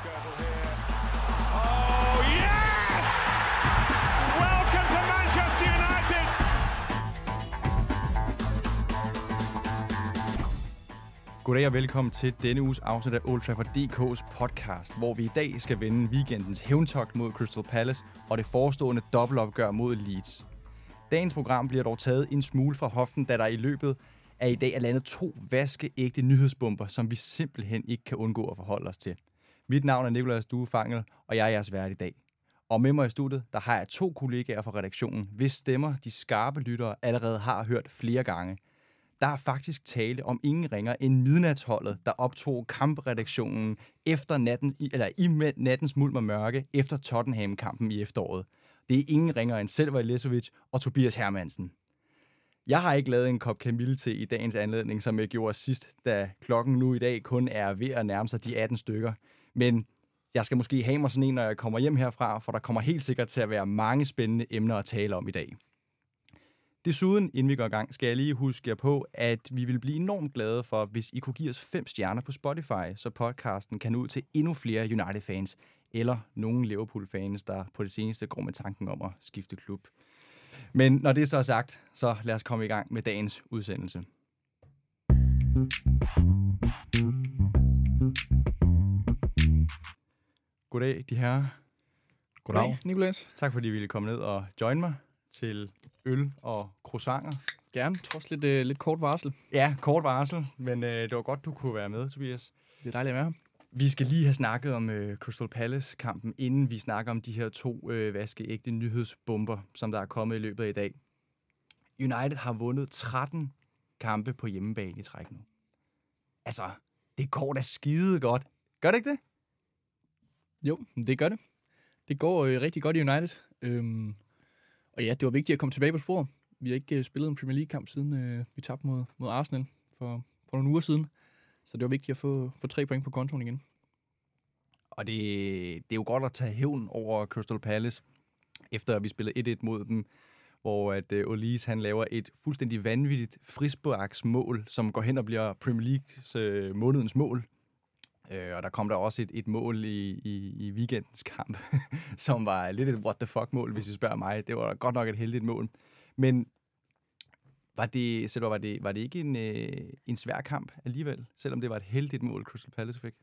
Skirtle here. Oh yes! Welcome to Manchester United! Goddag og velkommen til denne uges afsnit af Old Trafford DK's podcast, hvor vi i dag skal vende weekendens hævntogt mod Crystal Palace og det forestående dobbeltopgør mod Leeds. Dagens program bliver dog taget en smule fra hoften, da der i løbet af i dag er landet 2 vaskeægte nyhedsbomber, som vi simpelthen ikke kan undgå at forholde os til. Mit navn er Nicolas Duefangel, og jeg er jeres vært i dag. Og med mig i studiet, der har jeg 2 kollegaer fra redaktionen, hvis stemmer de skarpe lyttere allerede har hørt flere gange. Der er faktisk tale om ingen ringer end midnatsholdet, der optog kampredaktionen efter i nattens mulm og mørke efter Tottenham-kampen i efteråret. Det er ingen ringer end Selver Ilesovic og Tobias Hermansen. Jeg har ikke lavet en kop kamille til i dagens anledning, som jeg gjorde sidst, da klokken nu i dag kun er ved at nærme sig de 18 stykker. Men jeg skal måske have mig sådan en, når jeg kommer hjem herfra, for der kommer helt sikkert til at være mange spændende emner at tale om i dag. Desuden, inden vi går i gang, skal jeg lige huske jer på, at vi vil blive enormt glade for, hvis I kunne give os 5 stjerner på Spotify, så podcasten kan ud til endnu flere United-fans, eller nogle Liverpool-fans, der på det seneste går med tanken om at skifte klub. Men når det så er sagt, så lad os komme i gang med dagens udsendelse. Goddag, de herrer. Goddag, Nicolas. Tak fordi I ville komme ned og join mig til øl og croissanter. Gerne, trods lidt kort varsel. Ja, kort varsel, men det var godt, du kunne være med, Tobias. Det er dejligt at være her. Vi skal lige have snakket om Crystal Palace-kampen, inden vi snakker om de her 2 vaskeægte nyhedsbomber, som der er kommet i løbet af i dag. United har vundet 13 kampe på hjemmebane i træk nu. Altså, det går da skide godt. Gør det ikke det? Jo, det gør det. Det går rigtig godt i United. Og ja, det var vigtigt at komme tilbage på sporet. Vi har ikke spillet en Premier League-kamp, siden vi tabte mod Arsenal for nogle uger siden. Så det var vigtigt at få 3 point på kontoen igen. Og det er jo godt at tage hævn over Crystal Palace, efter at vi spillede 1-1 mod dem, hvor at Olise han laver et fuldstændig vanvittigt frisparksmål, som går hen og bliver Premier Leagues månedens mål. Og der kom der også et mål i weekendens kamp, som var lidt et what the fuck mål, hvis I spørger mig. Det var godt nok et heldigt mål. Men var det ikke en svær kamp alligevel, selvom det var et heldigt mål, Crystal Palace fik?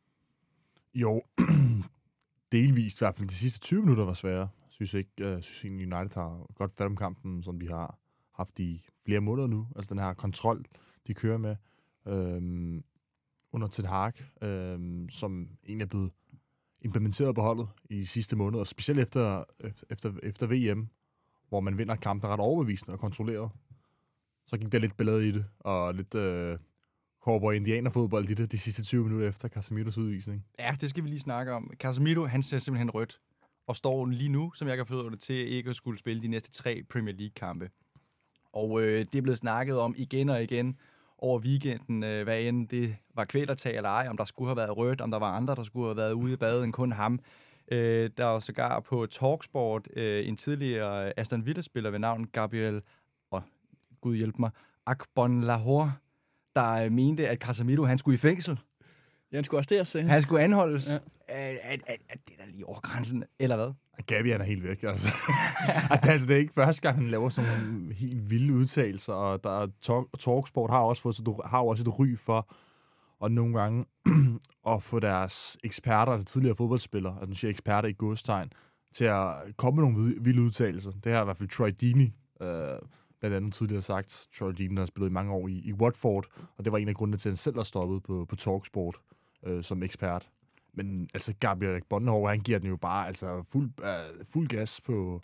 Jo, delvist i hvert fald de sidste 20 minutter var svære. Synes United har godt fat om kampen, som de har haft i flere måneder nu. Altså den her kontrol, de kører med under Ten Hag, som egentlig er blevet implementeret på holdet i sidste måned, og specielt efter VM, hvor man vinder kampen ret overbevisende og kontrolleret. Så gik der lidt ballade i det, og lidt cowboy-indianerfodbold i det de sidste 20 minutter efter Casemiros udvisning. Ja, det skal vi lige snakke om. Casemiro, han ser simpelthen rødt, og står lige nu, som jeg kan forstå det, til ikke at skulle spille de næste 3 Premier League-kampe. Og det er blevet snakket om igen og igen over weekenden, hvad end det var kvælertag eller ej, om der skulle have været rødt, om der var andre, der skulle have været ude i badet end kun ham. Der var sågar på Talksport en tidligere Aston Villa-spiller ved navn Gabriel, Gud hjælp mig, Akbonlahor, der mente, at Casemiro han skulle i fængsel. Ja, han skulle arresteres. Han skulle anholdes. Ja. Det er da lige over grænsen, eller hvad? Gabi er helt væk, altså. Det er ikke første gang, han laver sådan nogle helt vilde udtalelser, og der er Talksport har også et ry for, og nogle gange at få deres eksperter, altså tidligere fodboldspillere, altså nu siger eksperter i godstegn, til at komme med nogle vilde udtalelser. Det har i hvert fald Troy Deeney blandt andet tidligere sagt. Troy Deeney har spillet i mange år i Watford, og det var en af grundene til, at han selv har stoppet på Talksport som ekspert. Men altså Gabriel Bonnehover, han giver den jo bare altså fuld gas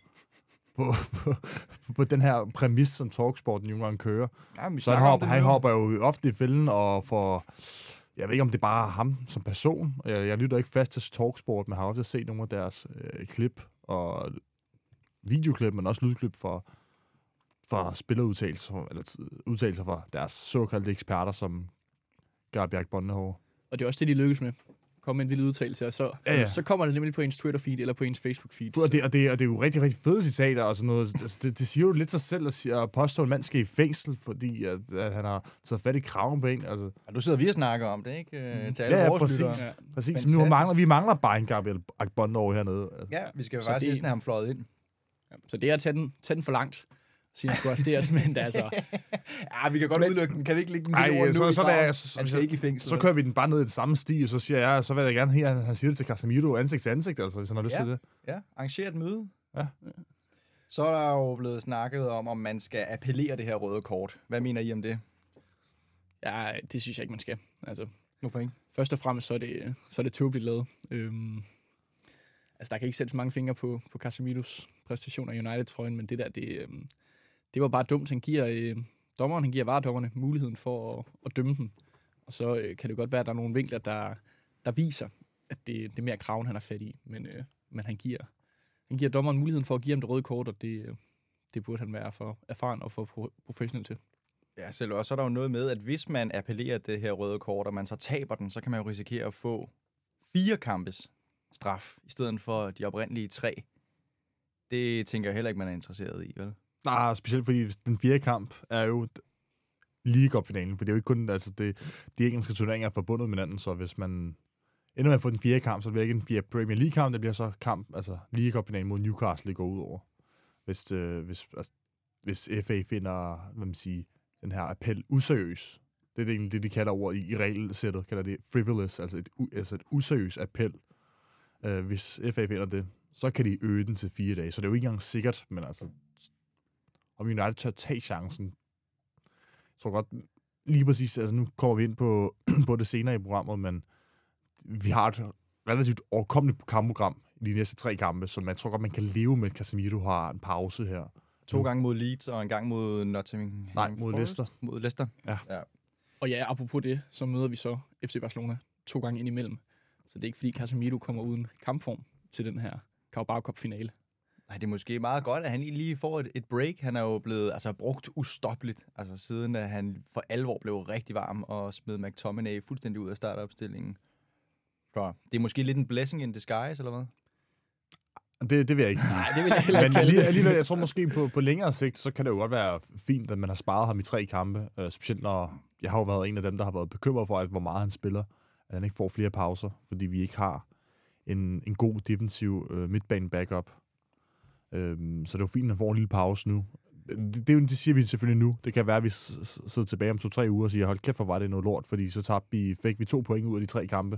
på den her præmis, som Talksporten nogle gange kører. Ja, så han hopper jo ofte i fælden og får... Jeg ved ikke, om det bare er ham som person. Jeg lytter ikke fast til Talksport, men har også set nogle af deres klip og videoklip, men også lydklip for spillerudtalelser, eller udtalelser fra deres såkaldte eksperter, som Gabriel Bonnehover. Og det er også det, de lykkes med. komme med en vild udtalelse, og så kommer det nemlig på ens Twitter-feed eller på ens Facebook-feed. Og det er jo rigtig, rigtig fede citater og sådan noget. Altså, det siger jo lidt sig selv at påstå, at en mand skal i fængsel, fordi at han har taget fat i kraven på en. Altså. Ja, du sidder vi og snakker om det, ikke? Til alle vores lyttere. Ja, præcis. Vi mangler bare en Gabriel Agbonne over hernede. Altså. Ja, vi skal jo faktisk næsten have ham fløjet ind. Ja, så det er at tage den for langt. Siger han skulle arresteres, men altså... Ja, vi kan godt udelukke den. Kan vi ikke lægge den til ord nu? Han skal ikke i fængsel. Så kører vi den bare ned i det samme sti, og så siger jeg, så vil jeg gerne her, han siger det til Casemiro ansigt til ansigt, altså, hvis han har lyst til det. Ja, arrangere et møde. Ja. Så er der jo blevet snakket om man skal appellere det her røde kort. Hvad mener I om det? Ja, det synes jeg ikke, man skal. Altså, hvorfor ikke? Først og fremmest, så er det tåbeligt lavet. Altså, der kan ikke sætte så mange fingre på Casemiros præstationer i United-trøjen, men det der, det var bare dumt. Han giver varedommerne muligheden for at dømme dem. Og så kan det godt være, at der er nogle vinkler, der viser, at det er mere kraven, han har fat i. Men han giver dommeren muligheden for at give ham det røde kort, og det burde han være for erfaren og for professionel til. Ja, selv også så er der jo noget med, at hvis man appellerer det her røde kort, og man så taber den, så kan man jo risikere at få 4 kampes straf, i stedet for de oprindelige 3. Det tænker jeg heller ikke, man er interesseret i, vel? Nej, specielt fordi den 4. kamp er jo League Cup-finalen, for det er jo ikke kun, altså de engelske turneringer er forbundet med hinanden, så hvis man ender med at få den 4. kamp, så bliver det ikke en 4 Premier League-kamp, det bliver så kamp, altså League Cup-finalen mod Newcastle, det går ud over. Hvis FA finder, hvad man siger, den her appel useriøs, det er egentlig det, de kalder over i regelsættet, kalder det frivolous, altså et useriøs appel. Hvis FA finder det, så kan de øge den til 4 dage, så det er jo ikke engang sikkert, men altså om United tør tage chancen. Jeg tror godt, lige præcis, altså nu kommer vi ind på det senere i programmet, men vi har et relativt overkommeligt kampprogram i de næste 3 kampe, så man tror godt, man kan leve med, at Casemiro har en pause her. 2 gange mod Leeds og en gang mod Nottingham. Nej, mod Leicester. Mod Leicester. Ja. Og ja, apropos det, så møder vi så FC Barcelona 2 gange ind imellem. Så det er ikke fordi Casemiro kommer uden kampform til den her Carabao Cup-finale. Nej, det er måske meget godt, at han lige får et break. Han er jo blevet brugt ustoppeligt, siden at han for alvor blev rigtig varm og smed McTominay fuldstændig ud af startopstillingen. Så det er måske lidt en blessing in disguise, eller hvad? Det vil jeg ikke sige. Nej, det vil jeg heller ikke. Men alligevel, jeg tror måske på længere sigt, så kan det jo godt være fint, at man har sparet ham i 3 kampe. Specielt når jeg har jo været en af dem, der har været bekymret for, hvor meget han spiller. At han ikke får flere pauser, fordi vi ikke har en god defensiv midtbane backup. Så det er jo fint, at han får en lille pause nu. Det siger vi selvfølgelig nu. Det kan være, at vi sidder tilbage om 2-3 uger og siger, hold kæft, hvor var det noget lort, fordi så fik vi 2 point ud af de 3 kampe.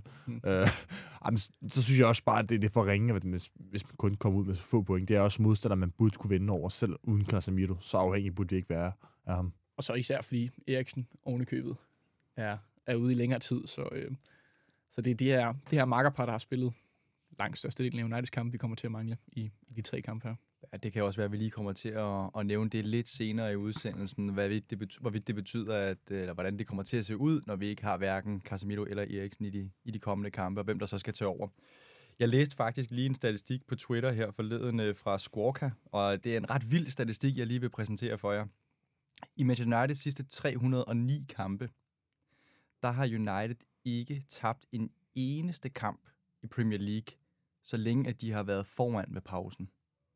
Så synes jeg også bare, at det er for ringe, hvis man kun kommer ud med få point. Det er også modstander, man burde kunne vinde over, selv uden Casemiro. Så afhængig burde det ikke være af ham. Og så især fordi Eriksen oven i købet er ude i længere tid, så det er det her makkerpar, der har spillet langt størstedelen af Uniteds kampe, vi kommer til at mangle i de 3 kampe her. Ja, det kan også være, at vi lige kommer til at nævne det lidt senere i udsendelsen, hvorvidt det betyder, eller hvordan det kommer til at se ud, når vi ikke har hverken Casemiro eller Eriksen i de kommende kampe, og hvem der så skal tage over. Jeg læste faktisk lige en statistik på Twitter her forleden fra Squawka, og det er en ret vild statistik, jeg lige vil præsentere for jer. I Manchester Uniteds sidste 309 kampe, der har United ikke tabt en eneste kamp i Premier League, så længe at de har været foran ved pausen.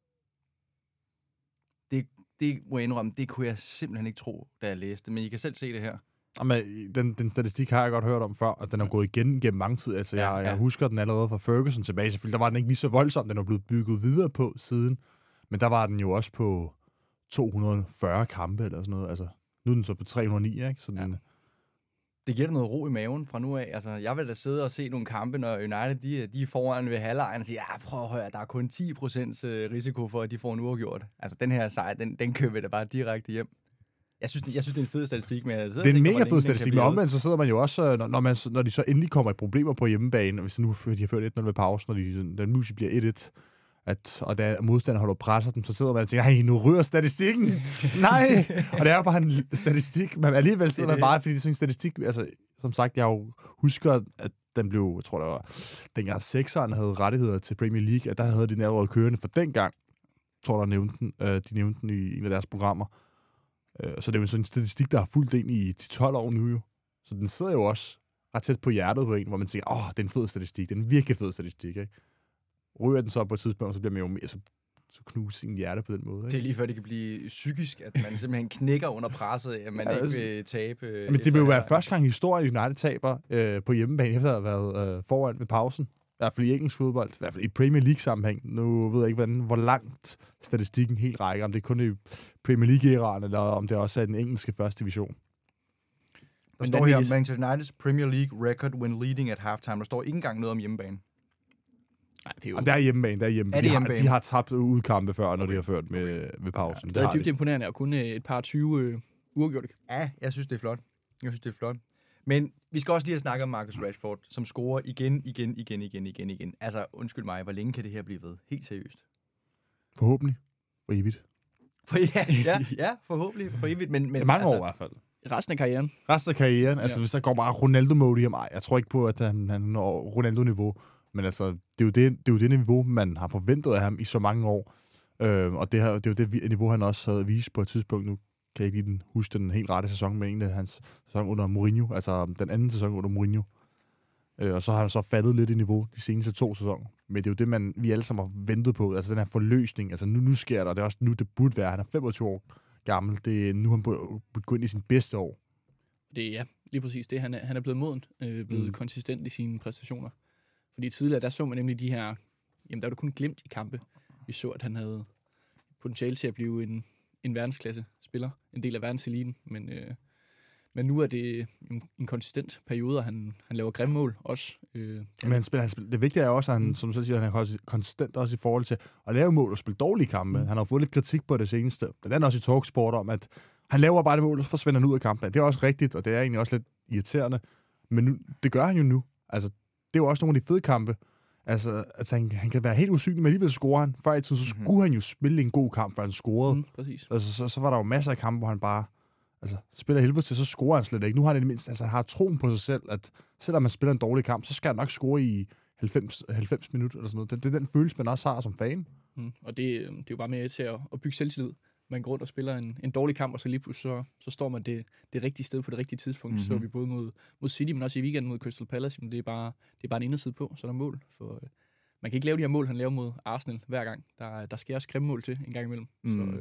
Det må jeg indrømme, det kunne jeg simpelthen ikke tro, da jeg læste, men I kan selv se det her. Jamen, den statistik har jeg godt hørt om før, og den er gået igen gennem mange tid. Altså, jeg husker den allerede fra Ferguson tilbage. Selvfølgelig, der var den ikke lige så voldsom, den er blevet bygget videre på siden, men der var den jo også på 240 kampe eller sådan noget. Altså, nu er den så på 309, ikke? Så den, det giver dig noget ro i maven fra nu af. Altså, jeg vil da sidde og se nogle kampe, når United de er foran ved halvlejen og sige, prøv at høre, der er kun 10% risiko for, at de får en uafgjort. Altså, den her sejr, den kører vi da bare direkte hjem. Jeg synes, det er en fed statistik, men jeg sidder det er en mega fed statistik, men omvendt så sidder man jo også, når de så endelig kommer i problemer på hjemmebane, hvis nu de har ført 1-0 ved pausen, når den musik bliver 1-1, og da modstanderen holder presser dem, så sidder man og tænker, nej, nu ryger statistikken. Nej! Og det er jo bare en statistik, men alligevel sidder man bare, fordi det er sådan en statistik, altså, som sagt, jeg jo husker, at den blev, jeg tror, det var, dengang 6'eren havde rettigheder til Premier League, at der havde de nærmere kørende for dengang, tror jeg, de nævnte den i en af deres programmer. Så det er jo sådan en statistik, der har fulgt ind i 10-12 år nu jo. Så den sidder jo også ret tæt på hjertet på en, hvor man tænker, det er en fed statistik, det er en virkelig fed statistik, ikke? Ryger den så på et tidspunkt, så bliver man jo mere så knuse sin hjerte på den måde. Ikke? Det er lige før, det kan blive psykisk, at man simpelthen knækker under presset, at man ikke vil tabe. Men det vil jo være første gang i historien, United taber på hjemmebane, efter at have været foran ved pausen. I hvert fald i engelsk fodbold, i hvert fald i Premier League-sammenhæng. Nu ved jeg ikke, hvor langt statistikken helt rækker, om det er kun i Premier League-æraen, eller om det også er den engelske første division. Der står her, Manchester Uniteds Premier League record when leading at halftime. Der står ikke engang noget om hjemmebane. Nej, det er jo... Det er hjemmebane, hjemmebane. De har tabt udkampe før, når de har ført med pausen. Ja, det er dybt imponerende, og kun et par 20 uafgjorte. Ja, jeg synes, det er flot. Men vi skal også lige have snakket om Marcus Rashford, som scorer igen. Altså, undskyld mig, hvor længe kan det her blive ved? Helt seriøst. Forhåbentlig. For evigt. Ja, forhåbentlig. For evigt. Men mange år i hvert fald. Resten af karrieren. Altså, hvis der går bare Ronaldo-mode i ham, jeg tror ikke på, at han når Ronaldo-niveau. Men altså, det er jo det niveau, man har forventet af ham i så mange år. Og det er jo det niveau, han også havde vist på et tidspunkt. Nu kan jeg ikke lige huske den helt rette sæson, men egentlig hans sæson under Mourinho. Altså den anden sæson under Mourinho. Og så har han så faldet lidt i niveau de seneste 2 sæsoner. Men det er jo det, vi alle sammen har ventet på. Altså den her forløsning. Altså nu sker der, og det er også nu, det burde være. Han er 25 år gammel. Det er nu, han burde gå ind i sin bedste år. Det er lige præcis det. Han er blevet moden, blevet konsistent i sine præstationer. Fordi tidligere, der så man nemlig de her... Jamen, der var det kun glemt i kampe. Vi så, at han havde potentiale til at blive en verdensklasse spiller. En del af verdenseliten. Men nu er det en konsistent periode, og han laver grimme mål også. Men han spiller, det vigtige er også, at han, som du så siger, han er konsistent også i forhold til at lave mål og spille dårlige kampe. Han har fået lidt kritik på det seneste. Blandt andet også i Talksport om, at han laver bare det mål, og så forsvinder han ud af kampen. Det er også rigtigt, og det er egentlig også lidt irriterende. Men nu, det gør han jo nu. Altså, det er jo også nogle af de fede kampe. Altså han kan være helt usynlig, men alligevel scorer han. Før i tiden, så skulle han jo spille en god kamp, før han scorede. Præcis. Altså, så var der jo masser af kampe, hvor han bare spiller helvede til, så scorer han slet ikke. Nu har han i det mindste, han har troen på sig selv, at selvom man spiller en dårlig kamp, så skal han nok score i 90 minutter eller sådan noget. Det er den følelse, man også har som fan. Og det er jo bare mere til at bygge selvtillid. Man går rundt og spiller en dårlig kamp, og så lige pludselig så står man det rigtige sted på det rigtige tidspunkt. Så er vi både mod City, men også i weekenden mod Crystal Palace. Men det er bare en inderside på, så er der mål. For man kan ikke lave de her mål, han laver mod Arsenal hver gang. Der skal også grimme mål til en gang imellem.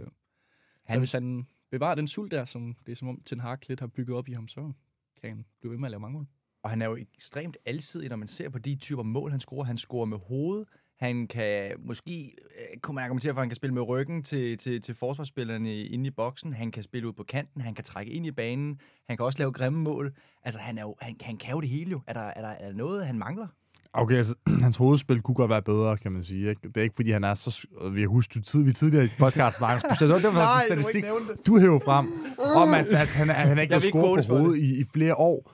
Så hvis han bevarer den sult der, som det er som om Ten Hag lidt har bygget op i ham, så kan han blive ved med at lave mange mål. Og han er jo ekstremt alsidig, når man ser på de typer mål, han scorer. Han scorer med hovedet. Han kan måske, kunne man argumentere for, at han kan spille med ryggen til forsvarsspillerne inde i boksen. Han kan spille ud på kanten. Han kan trække ind i banen. Han kan også lave grimme mål. Altså, han kan jo det hele jo. Er der noget, han mangler? Okay, altså, hans hovedspil kunne godt være bedre, kan man sige. Ikke? Det er ikke, fordi han er så... Vi har husket vi tidligere i podcast snakker specielt. Det var sådan en statistik, du hæver frem, om at han ikke har scoret på hovedet i flere år.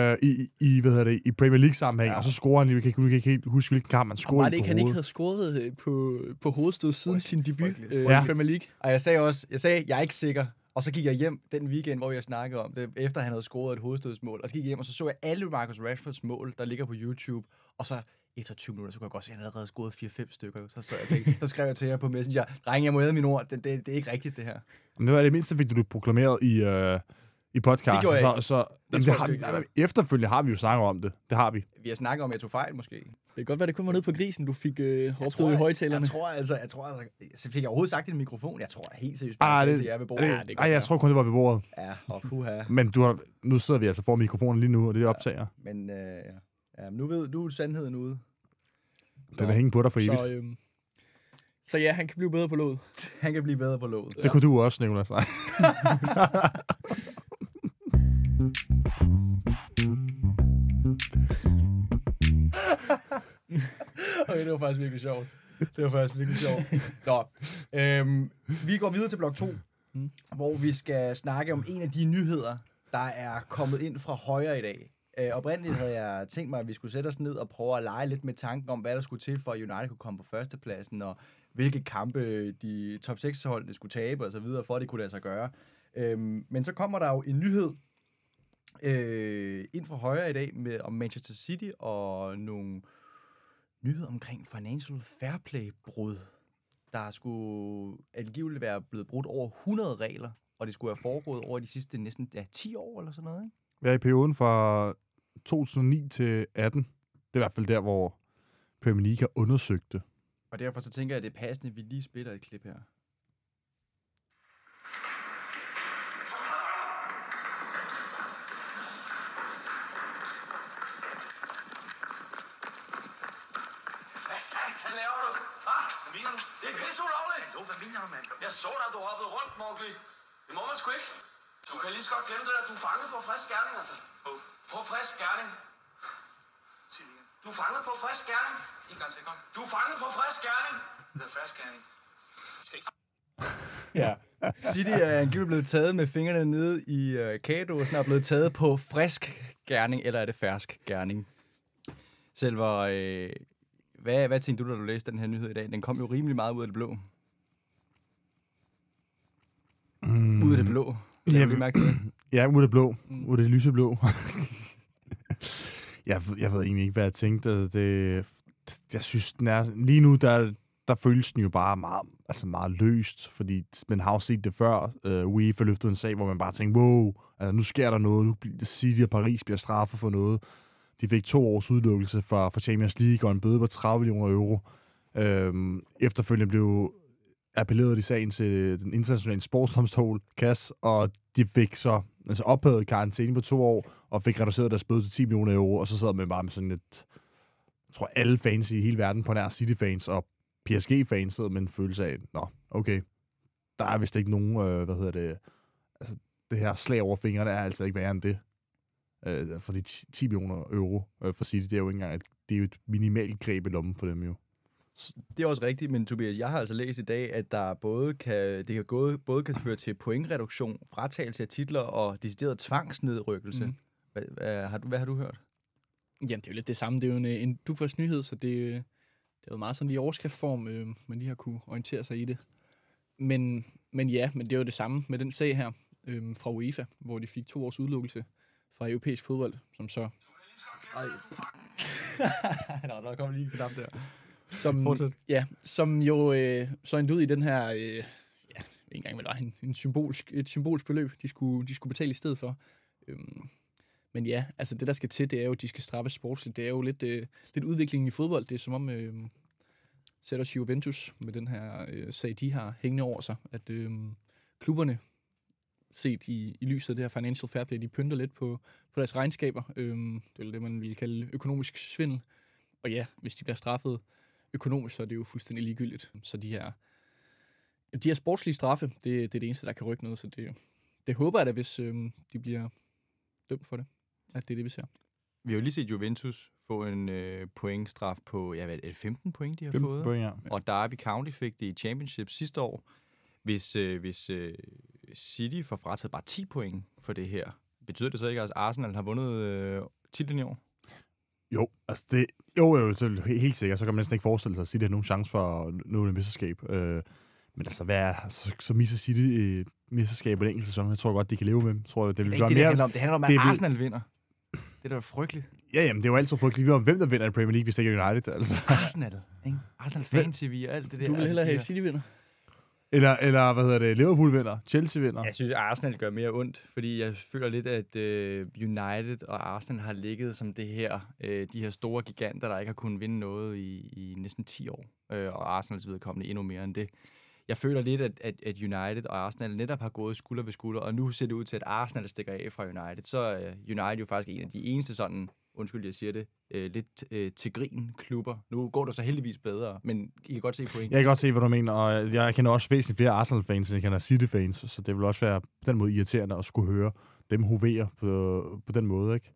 I Premier League-sammenhæng, og så scorer han, vi kan ikke helt huske, hvilken kamp han scorede på hovedet. Han ikke havde scoret på hovedstød siden sin debut i Premier League. Og jeg sagde, jeg er ikke sikker, og så gik jeg hjem den weekend, hvor jeg snakkede om det, efter han havde scoret et hovedstødsmål, og så gik jeg hjem, og så jeg alle Marcus Rashfords mål, der ligger på YouTube, og så efter 20 minutter, så kunne jeg godt se, at han allerede scoret 4-5 stykker. Så skrev jeg til jer på Messenger, drenge, jeg må æde mine ord, det er ikke rigtigt, det her. Men det var det mindste, fik du proklameret i podcast. Det gjorde jeg så efterfølgende har vi jo snakket om det. Det har vi. Vi har snakket om, at jeg tog fejl, måske. Det kan godt være, det kun var nede på grisen, du fik råbt ud i højtalerne. Jeg tror, så fik jeg overhovedet sagt i en mikrofon. Jeg tror helt seriøst, til jer ved bordet. Jeg tror kun, det var ved bordet. Ja, og puha. Men nu sidder vi altså for mikrofonen lige nu, og det optager. Men nu er sandheden ude. Den vil hænge på dig for evigt. Så ja, han kan blive bedre på låget. Han kan blive bedre på låget. Det kunne du også, Nicolas. Okay, det var faktisk virkelig sjovt. Nå, vi går videre til blok 2, hvor vi skal snakke om en af de nyheder, der er kommet ind fra højre i dag. Oprindeligt havde jeg tænkt mig, at vi skulle sætte os ned og prøve at lege lidt med tanken om, hvad der skulle til, for at United kunne komme på førstepladsen, og hvilke kampe de top 6-holdene skulle tabe, og så videre, for at det kunne lade sig gøre. Men så kommer der jo en nyhed ind fra højre i dag om Manchester City og nogle nyheder omkring financial fair play-brud. Der skulle angiveligt være blevet brudt over 100 regler, og det skulle have foregået over de sidste næsten 10 år eller sådan noget, ikke? Ja, i perioden fra 2009 til 18. Det er i hvert fald der, hvor Premier League har undersøgt det. Og derfor så tænker jeg, at det er passende, at vi lige spiller et klip her. Hvad satan laver du? Hvad mener du? Det er pisse ulovligt. Jo, hvad mener du, mand? Jeg så dig, du hoppede rundt, Mowgli. Det må man sgu ikke. Du kan lige så godt glemme det, at du er fanget på frisk gerning, altså. På frisk gerning. Du er fanget på frisk gerning. En gang til, kom. Du er fanget på frisk gerning. Det er frisk gerning. Du skal ikke... Ja. City er angiveligt blevet taget med fingrene nede i kagedåsen og er blevet taget på frisk gerning, eller er det fersk gerning? Selver, hvad tænkte du, da du læste den her nyhed i dag? Den kom jo rimelig meget ud af det blå. Ud af det blå. Ja, vi mærke til. Ja, ud af det blå. Ud af det lyseblå. jeg ved egentlig ikke, hvad jeg tænkte. Jeg synes, den er... Lige nu, der føles den jo bare meget løst, fordi man har jo set det før. UEFA løftede en sag, hvor man bare tænkte, wow, altså, nu sker der noget. Nu bliver City og Paris bliver straffet for noget. De fik 2 års udelukkelse for Champions League og en bøde på 30 millioner euro. Efterfølgende blev appelleret i sagen til den internationale sportsdomstol, CAS, og de fik så ophævet karantæne på 2 år, og fik reduceret deres bøde til 10 millioner euro, og så sad man bare med sådan et... Jeg tror, alle fans i hele verden, på nær City-fans og PSG-fans, sidder med en følelse af, nå, okay, der er vist ikke nogen, altså, det her slag over fingrene er altså ikke værre end det. For de 10 millioner euro for City, det er jo ikke engang, det er jo et minimalt greb i lommen for dem jo. Det er også rigtigt, men Tobias, jeg har altså læst i dag, at der både kan føre til pointreduktion, fratagelse af titler og decideret tvangsnedrykkelse. Hvad har du hørt? Jamen, det er jo lidt det samme. Det er jo en dugfast nyhed, så det er jo meget sådan i overskriftform, man lige har kunne orientere sig i det. Men det er jo det samme med den sag her fra UEFA, hvor de fik 2 års udelukkelse fra europæisk fodbold, som så... der kommer lige en knap der. Som jo så endte ud i den her, ikke engang hvad der var, et symbolsk beløb, de skulle betale i stedet for. Men ja, altså det der skal til, det er jo, at de skal straffes sportsligt. Det er jo lidt udviklingen i fodbold. Det er som om, sætter sig Juventus med den her sag, de har hængende over sig, at klubberne, set i lyset af det her financial fair play, de pynter lidt på deres regnskaber. Det er det, man vil kalde økonomisk svindel. Og ja, hvis de bliver straffet økonomisk, så er det jo fuldstændig ligegyldigt. Så de her sportslige straffe, det er det eneste, der kan rykke noget. Så det håber jeg da, hvis de bliver dømt for det, at det er det, vi ser. Vi har jo lige set Juventus få en pointstraf på, hvad er det, 15 point, de har 15 fået? point, ja. Og Derby County fik det i Championship sidste år. Hvis City får frataget bare 10 point for det her, betyder det så ikke, at Arsenal har vundet titlen i år? Jo, altså det... Jo, så helt sikkert, så kan man næsten ikke forestille sig, at City har nogen chance for at nå et mesterskab. Men altså, så misser City mesterskabet en enkelt sæson. Jeg tror godt, de kan leve med. Tror jeg, det vil gøre mere. Det handler om, at Arsenal vinder. Det er da frygteligt. Ja, jamen, det er jo altid frygteligt. Vi ved, hvem der vinder i Premier League, hvis det ikke er United. Altså. Arsenal, ikke? Arsenal fan-TV og alt det der. Du vil hellere have City vinder? Eller Liverpool vinder, Chelsea vinder. Jeg synes, at Arsenal gør mere ondt, fordi jeg føler lidt, at United og Arsenal har ligget som det her, de her store giganter, der ikke har kunnet vinde noget i næsten 10 år. Og Arsenals vedkommende endnu mere end det. Jeg føler lidt, at United og Arsenal netop har gået skulder ved skulder, og nu ser det ud til, at Arsenal stikker af fra United. Så er United jo faktisk en af de eneste sådan, undskyld, jeg siger det, lidt til grin klubber. Nu går det så heldigvis bedre, men I kan godt se point. Jeg kan godt se, hvad du mener, og jeg kender også væsentligt flere Arsenal-fans, end jeg kender City-fans, så det vil også være på den måde irriterende at skulle høre dem hovere på den måde, ikke?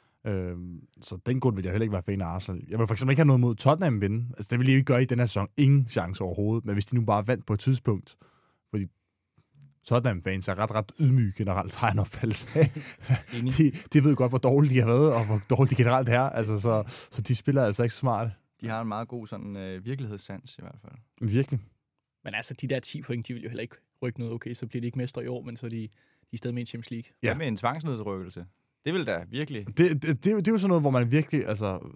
Så den grund vil jeg heller ikke være fan af Arsenal. Jeg vil for eksempel ikke have noget mod Tottenham vinde. Altså, det vil jeg ikke gøre i den her sæson. Ingen chance overhovedet. Men hvis de nu bare vandt på et tidspunkt, fordi Tottenham-fans er ret ydmyge generelt, har en opfattelse af. de ved godt, hvor dårlige de har været, og hvor dårlige de generelt er. Altså, så de spiller altså ikke smart. De har en meget god sådan, virkelighedssans i hvert fald. Virkelig. Men altså, de der 10 point, de vil jo heller ikke rykke noget. Okay, så bliver de ikke mestre i år, men så er de stadig med i Champions League. Ja. Hvad med en tvangsnedrykkelse? Det vil da virkelig. Det er jo sådan noget, hvor man virkelig,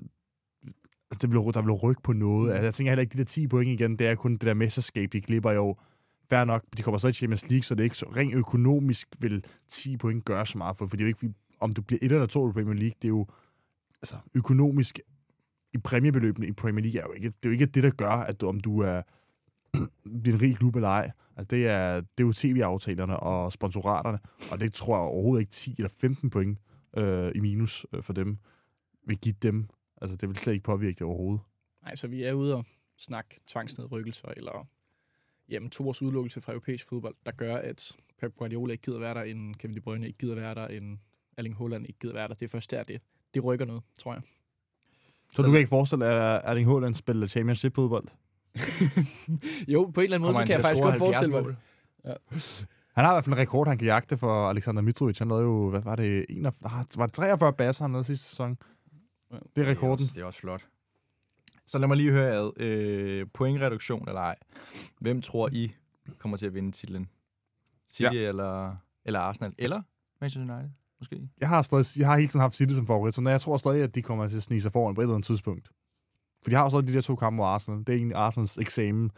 der vil rykke på noget. Altså, jeg tænker heller ikke, de der 10 point igen, det er kun det der mesterskab, de glipper i år. Fair nok, de kommer så i Champions League, så det er ikke så rent økonomisk vil 10 point gøre så meget for det er jo ikke, om du bliver 1 eller 2 i Premier League, det er jo altså, økonomisk i præmiebeløbene i Premier League det er jo ikke det, der gør, at om du er en rig klub eller ej. Altså, det er jo tv-aftalerne og sponsoraterne, og det tror jeg overhovedet ikke 10 eller 15 point i minus for dem vil give dem. Altså, det vil slet ikke påvirke det overhovedet. Nej, så vi er ude og snakke tvangsnedrykkelser, eller 2 års udelukkelse fra europæisk fodbold, der gør, at Pep Guardiola ikke gider være der, en Kevin De Bruyne ikke gider være der, en Erling Haaland ikke gider være der. Det er først der, det rykker noget, tror jeg. Så du kan ikke forestille dig, at Erling Haaland spiller championship-fodbold? Jo, på en eller anden måde, så kan jeg faktisk godt forestille mig. Ja. Han har i hvert fald en rekord, han kan jagte for Alexander Mitrovic. Han lavede jo, hvad var det, var det 43 basser, han lavede sidste sæson? Det er rekorden. Det er også flot. Så lad mig lige høre ad. Pointreduktion eller ej. Hvem tror I kommer til at vinde titlen? City eller Arsenal? Eller Manchester United, måske? Jeg har hele tiden haft City som favorit, så jeg tror stadig, at de kommer til at snige sig foran på et eller andet tidspunkt. For de har jo så de der 2 kampe mod Arsenal. Det er egentlig Arsenals eksamen.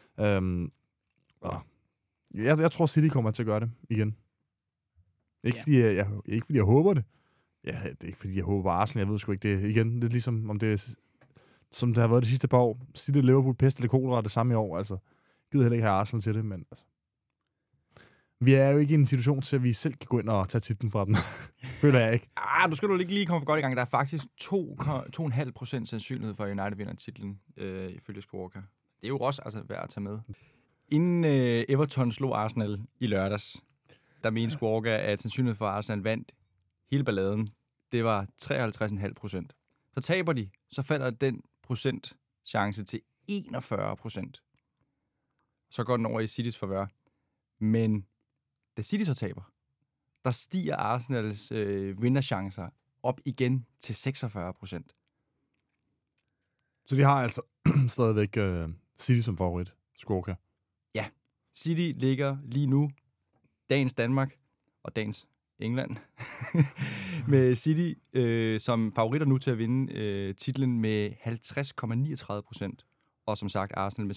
Jeg tror, City kommer til at gøre det igen. Ikke fordi jeg håber det. Ja, det er ikke fordi jeg håber på Arsenal. Jeg ved sgu ikke det. Igen, det er ligesom, om det er, som det har været de sidste par år. City, Liverpool, pest eller kolera det samme i år. Altså, jeg gider heller ikke have Arsenal til det, men altså. Vi er jo ikke i en situation til, at vi selv kan gå ind og tage titlen fra dem. Føler jeg ikke. Du skal ikke lige komme for godt i gang. Der er faktisk 2,5% sandsynlighed for, at United vinder titlen, ifølge Squawka. Det er jo også værd at tage med. Inden Everton slog Arsenal i lørdags, der mente Squawka, at sandsynligheden for, at Arsenal vandt hele balladen, det var 53,5%. Så taber de, så falder den procentchance til 41%. Så går den over i Citys favør. Men da City så taber, der stiger Arsenals vinderchancer op igen til 46%. Så de har altså stadigvæk City som favorit, Squawka. Ja, City ligger lige nu, dagens Danmark og dagens England, med City som favoritter nu til at vinde titlen med 50,39%, og som sagt Arsenal med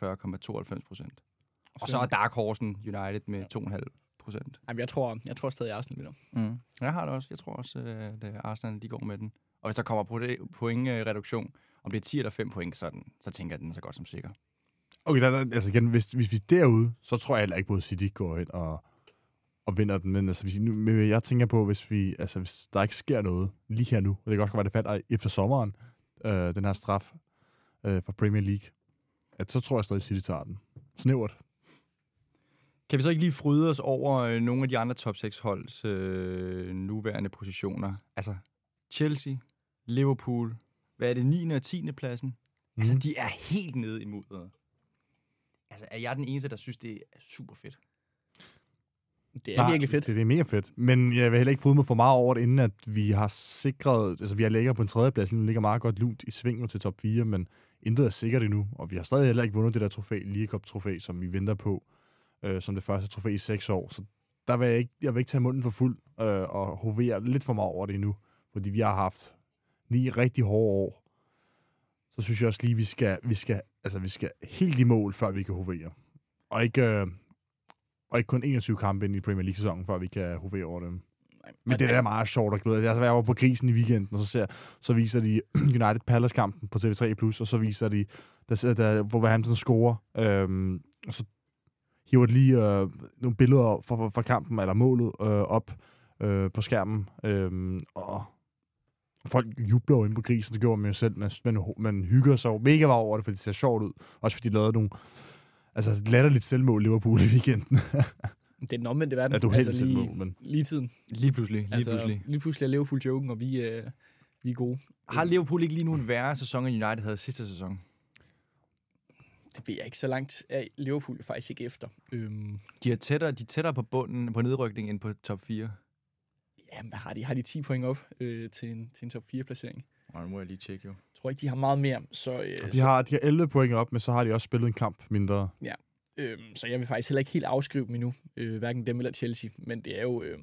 46,92%. Og så er Dark Horsen United med 2,5%. Jamen, jeg tror stadig, Arsenal vinder. Jeg har det også. Jeg tror også, at Arsenal de går med den. Og hvis der kommer pointreduktion, om det er 10 eller 5 point, så tænker jeg, den er så godt som sikker. Okay, altså igen, hvis vi er derude, så tror jeg heller ikke, både City går ind og vinder den. Men altså, jeg tænker på, hvis der ikke sker noget lige her nu, og det kan også godt være, det falder efter sommeren, den her straf fra Premier League, at så tror jeg stadig, City tager den. Snævert. Kan vi så ikke lige fryde os over nogle af de andre top 6 holds nuværende positioner? Altså Chelsea, Liverpool, hvad er det, 9. og 10. pladsen? Altså, de er helt nede i mudderet. Altså, er jeg den eneste, der synes, det er super fedt? Det er virkelig fedt. Det er mega fedt. Men jeg vil heller ikke fryde mig for meget over det, inden at vi har sikret, altså vi har ligget på en 3. plads, nu ligger meget godt lunt i svingen til top 4, men intet er sikkert endnu, og vi har stadig heller ikke vundet det der trofæ, League Cup-trofæ, som vi venter på, som det første trofæ i 6 år. Så der vil jeg vil ikke tage munden for fuld og hovere lidt for meget over det endnu, fordi vi har haft 9 rigtig hårde år. Så synes jeg også lige, vi skal helt i mål, før vi kan hovere. Og ikke kun 21 kampe ind i Premier League-sæsonen, før vi kan hovere over dem. Men det er meget sjovt at glæde. Jeg var på Grisen i weekenden, og så viser de United Palace-kampen på TV3+, og så viser de, der Wolverhampton scorer, og så hiver de lige nogle billeder fra kampen, eller målet, op på skærmen, og folk jubler jo inde på Grisen, det gjorde man jo selv, man hygger sig mega meget over det, fordi det ser sjovt ud, også fordi de lavede nogle latterligt selvmål Liverpool i weekenden. Det er den omvendte verden. Ja, du helt selvmål, men lige tiden. Lige pludselig. Lige pludselig er Liverpool joken, og vi er gode. Har Liverpool ikke lige nu en værre sæson, end United havde sidste sæson? Det ved jeg ikke. Så langt er Liverpool faktisk ikke efter. De er tættere på bunden, på nedrykning, end på top 4. Jamen, hvad har de? Har de 10 point op til en top 4-placering? Nu må jeg lige tjekke, jo. Jeg tror ikke, de har meget mere. Så, de har 11 point op, men så har de også spillet en kamp mindre. Ja, så jeg vil faktisk heller ikke helt afskrive dem endnu. Hverken dem eller Chelsea. Men det er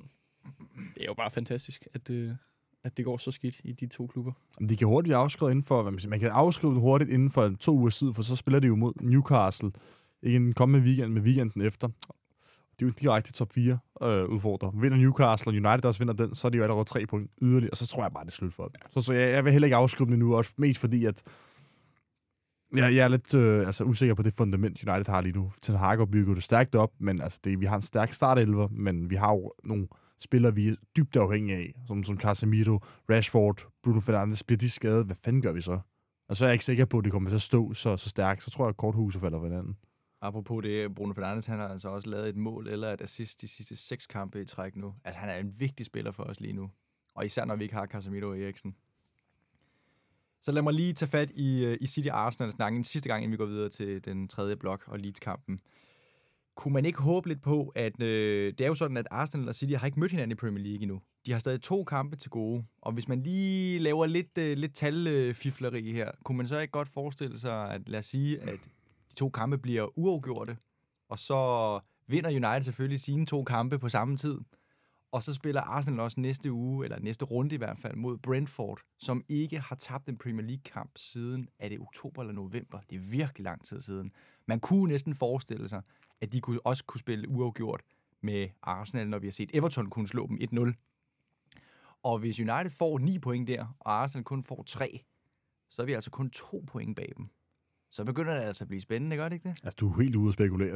jo bare fantastisk, at det går så skidt i de 2 klubber. De kan hurtigt afskrive inden for... Man kan afskrive det hurtigt inden for 2 uger siden, for så spiller de jo mod Newcastle i en kommende weekend med weekenden efter. de er jo direkte top 4 udfordrer. Vinder Newcastle, og United også vinder den, så er de jo allerede 3 point yderligere, og så tror jeg bare, det er slut for dem. Så jeg vil heller ikke afskrive dem nu, også mest fordi, at jeg er lidt usikker på det fundament, United har lige nu. Ten Hag bygger det stærkt op, men altså vi har en stærk startelver, men vi har jo nogle spillere, vi er dybt afhængige af, som Casemiro, Rashford, Bruno Fernandes. Bliver de skadet? Hvad fanden gør vi så? Og så er jeg ikke sikker på, at det kommer til at stå så stærkt. Så tror jeg, at korthuset falder for hinanden. Apropos det, Bruno Fernandes, han har altså også lavet et mål eller et assist de sidste 6 kampe i træk nu. Altså, han er en vigtig spiller for os lige nu. Og især når vi ikke har Casemiro og Eriksen. Så lad mig lige tage fat i City Arsenal-snakken en sidste gang, inden vi går videre til den tredje blok og Leeds-kampen. Kunne man ikke håbe lidt på, at det er jo sådan, at Arsenal og City har ikke mødt hinanden i Premier League endnu. De har stadig 2 kampe til gode, og hvis man lige laver lidt talfifleri her, kunne man så ikke godt forestille sig, at lad os sige, at de 2 kampe bliver uafgjorte, og så vinder United selvfølgelig sine 2 kampe på samme tid, og så spiller Arsenal også næste uge, eller næste runde i hvert fald, mod Brentford, som ikke har tabt en Premier League-kamp siden, er det oktober eller november? Det er virkelig lang tid siden. Man kunne næsten forestille sig, at de også kunne spille uafgjort med Arsenal, når vi har set Everton kunne slå dem 1-0. Og hvis United får 9 point der, og Arsenal kun får 3, så er vi altså kun 2 point bag dem. Så begynder det altså at blive spændende, gør det ikke det? Altså, du er helt ude at spekulere.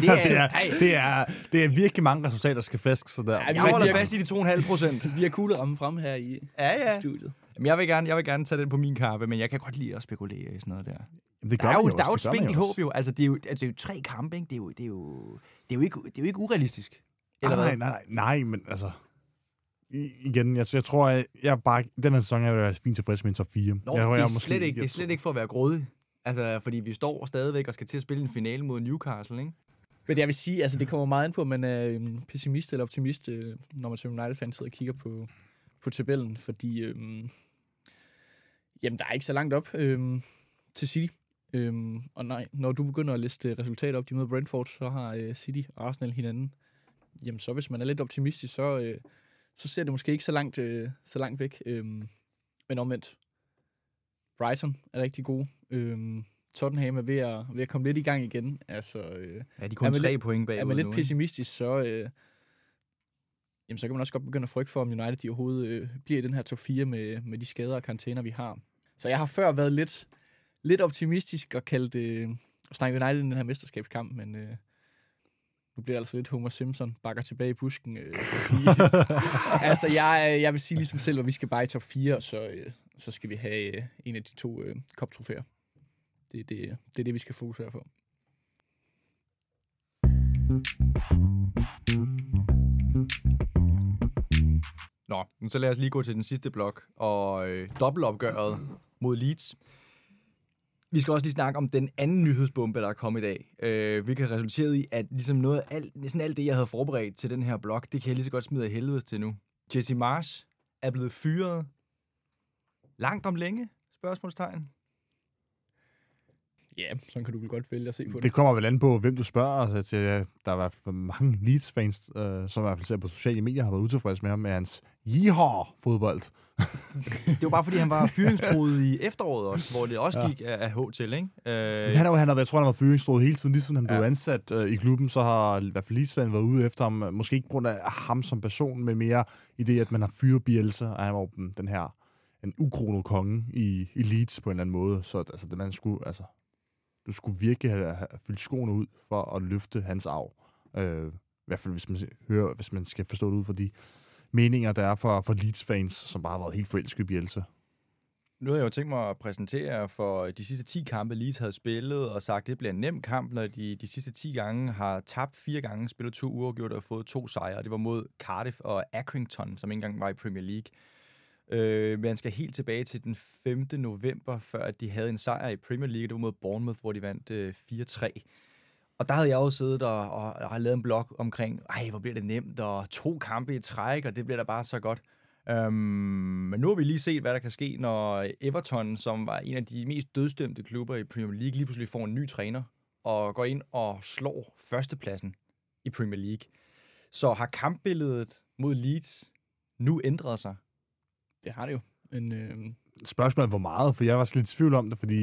Det er virkelig mange resultater, der skal flaske sig der. Jeg holder fast i de 2,5%. Vi har kuglerammen frem her i studiet. Jamen, jeg vil gerne tage den på min kappe, men jeg kan godt lide at spekulere i sådan noget der. Jamen, det der er jo et spinkelt håb jo. Altså, det er jo 3 kampe, ikke? Det er jo ikke urealistisk. Nej, men altså... Igen, jeg tror, jeg bare... Den her sæson er jo fint tilfreds med en top 4. Nå, det er slet ikke for at være grådig. Altså, fordi vi står stadigvæk og skal til at spille en finale mod Newcastle, ikke? Men jeg vil sige, altså det kommer meget ind på, om man er pessimist eller optimist, når man som United-fan sidder og kigger på tabellen, fordi jamen, der er ikke så langt op til City. Og nej, når du begynder at liste resultater op, de møder Brentford, så har City og Arsenal hinanden. Jamen så, hvis man er lidt optimistisk, så ser det måske ikke så langt væk. Men omvendt, Brighton er rigtig gode. Tottenham er ved at komme lidt i gang igen. Altså, de er kun 3 point bagud. Er man lidt pessimistisk, så kan man også godt begynde at frygte for, om United de overhovedet bliver i den her top 4 med de skader og karantæner, vi har. Så jeg har før været lidt optimistisk og snakke United i den her mesterskabskamp, men nu bliver altså lidt Homer Simpson bakker tilbage i busken. Fordi, altså, jeg vil sige ligesom selv, at vi skal bare i top 4, og så skal vi have en af de 2 cup-trofæer. Det er det, vi skal fokusere på. Nå, så lad os lige gå til den sidste blok og dobbeltopgøret mod Leeds. Vi skal også lige snakke om den anden nyhedsbombe, der er kommet i dag, hvilket resulterede i, at ligesom næsten alt det, jeg havde forberedt til den her blok, det kan jeg lige så godt smide af helvede til nu. Jesse Marsch er blevet fyret langt om længe? Spørgsmålstegn. Ja, sådan kan du vel godt vælge at se på det. Det kommer vel an på, hvem du spørger. Altså, der har været mange Leeds-fans, som i hvert fald ser på sociale medier, har været utilfredse med ham med hans yeehaw-fodbold. Det var bare, fordi han var fyringstruet i efteråret også, hvor det også gik af H til, ikke? Jeg tror, han var fyringstruet hele tiden. Lige siden han blev ansat i klubben, så har i hvert fald Leeds-fans været ude efter ham. Måske ikke på grund af ham som person, men mere i det, at man har fyret Bielsa, og han var den her en ukronet konge i Leeds på en eller anden måde. Så altså, det man skulle... Altså, du skulle virkelig have fyldt skoene ud for at løfte hans arv. I hvert fald, hvis man skal forstå det ud for de meninger, der er for Leeds-fans, som bare har været helt forelsket i Bielsa. Nu har jeg jo tænkt mig at præsentere for de sidste 10 kampe, Leeds havde spillet, og sagt, at det bliver en nem kamp, når de sidste 10 gange har tabt 4 gange, spillet 2 uafgjort og fået 2 sejre. Det var mod Cardiff og Accrington, som ikke engang var i Premier League. Man skal helt tilbage til den 5. november, før at de havde en sejr i Premier League. Det var mod Bournemouth, hvor de vandt 4-3. Og der havde jeg jo siddet og lavet en blog omkring, hvor bliver det nemt, og 2 kampe i træk, og det bliver da bare så godt. Men nu har vi lige set, hvad der kan ske, når Everton, som var en af de mest dødsdømte klubber i Premier League, lige pludselig får en ny træner, og går ind og slår førstepladsen i Premier League. Så har kampbilledet mod Leeds nu ændret sig? Det har det jo. Spørgsmålet hvor meget, for jeg var lidt i tvivl om det, fordi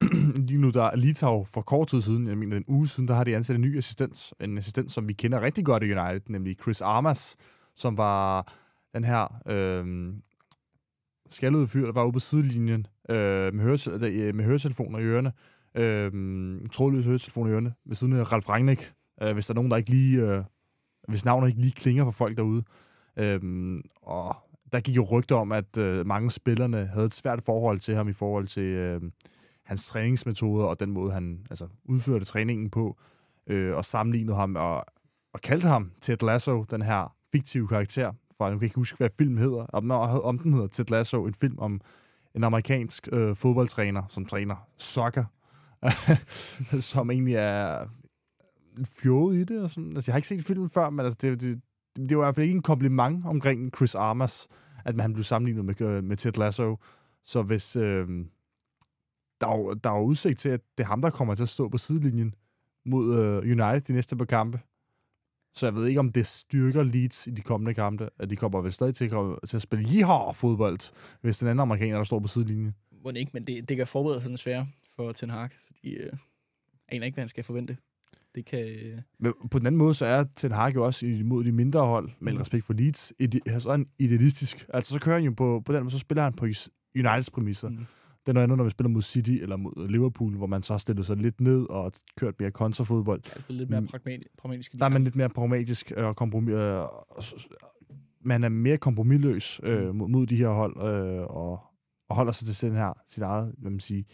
lige nu, der Leeds har for kort tid siden, jeg mener en uge siden, der har de ansat en ny assistent. En assistent, som vi kender rigtig godt i United, nemlig Chris Armas, som var den her skaldede fyr, der var ude på sidelinjen med høretelefoner i ørerne. Trådløse høretelefoner i ørerne ved siden af Ralf Rangnick. Hvis der er nogen, der ikke lige... hvis navnet ikke lige klinger for folk derude. Og der gik jo rygter om, at mange spillerne havde et svært forhold til ham i forhold til hans træningsmetoder og den måde, han udførte træningen på. Og sammenlignede ham og kaldte ham Ted Lasso, den her fiktive karakter. For jeg kan ikke huske, hvad film hedder. Om den hedder Ted Lasso, en film om en amerikansk fodboldtræner, som træner soccer, som egentlig er fjollet i det. Og sådan. Altså, jeg har ikke set filmen før, men altså, det var i hvert fald ikke en kompliment omkring Chris Armas, at han blev sammenlignet med Ted Lasso. Så hvis der er udsigt til, at det er ham, der kommer til at stå på sidelinjen mod United de næste par kampe. Så jeg ved ikke, om det styrker Leeds i de kommende kampe, at de kommer vel stadig til at spille jihad-fodbold, hvis den anden amerikaner, der står på sidelinjen. Må ikke, men det kan forberede sig svære for Ten Hag, fordi jeg aner ikke, hvad han skal forvente. Det kan... Men på den anden måde, så er Ten Hag jo også imod de mindre hold, med respekt for Leeds, så en idealistisk. Altså, så kører han jo på den måde, så spiller han på Uniteds præmisser. Det er noget andet, når vi spiller mod City eller mod Liverpool, hvor man så har stillet sig lidt ned og kørt mere kontrafodbold. Ja, det er lidt mere pragmatisk. Der er man lidt mere pragmatisk og man er mere kompromisløs mod de her hold og holder sig til sit eget, hvad man siger,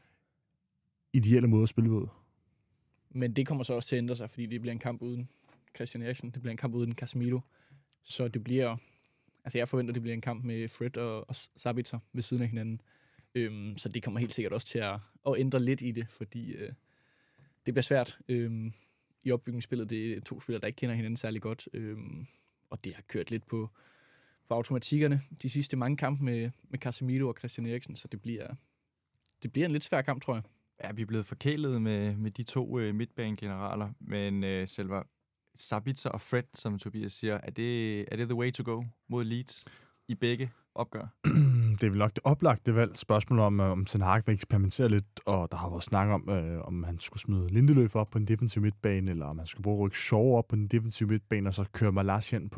ideelle måde at spille på. Men det kommer så også til at ændre sig, fordi det bliver en kamp uden Christian Eriksen, det bliver en kamp uden Casemiro. Så det bliver, altså jeg forventer, det bliver en kamp med Fred og Sabitzer ved siden af hinanden. Så det kommer helt sikkert også til at ændre lidt i det, fordi det bliver svært. I opbygningsspillet, det er to spillere, der ikke kender hinanden særlig godt, og det har kørt lidt på automatikkerne de sidste mange kampe med Casemiro og Christian Eriksen, så det bliver en lidt svær kamp, tror jeg. Ja, vi er blevet forkælet med de to midtbanegeneraler, men selve Sabitzer og Fred, som Tobias siger, er det the way to go mod Leeds i begge opgør? Det er vel nok det oplagte valg. Spørgsmålet om Ten Hag vil eksperimentere lidt, og der har været snak om han skulle smide Lindeløf op på en defensiv midtbane, eller om han skulle bruge Ryk Shaw op på en defensiv midtbane, og så køre Malaysian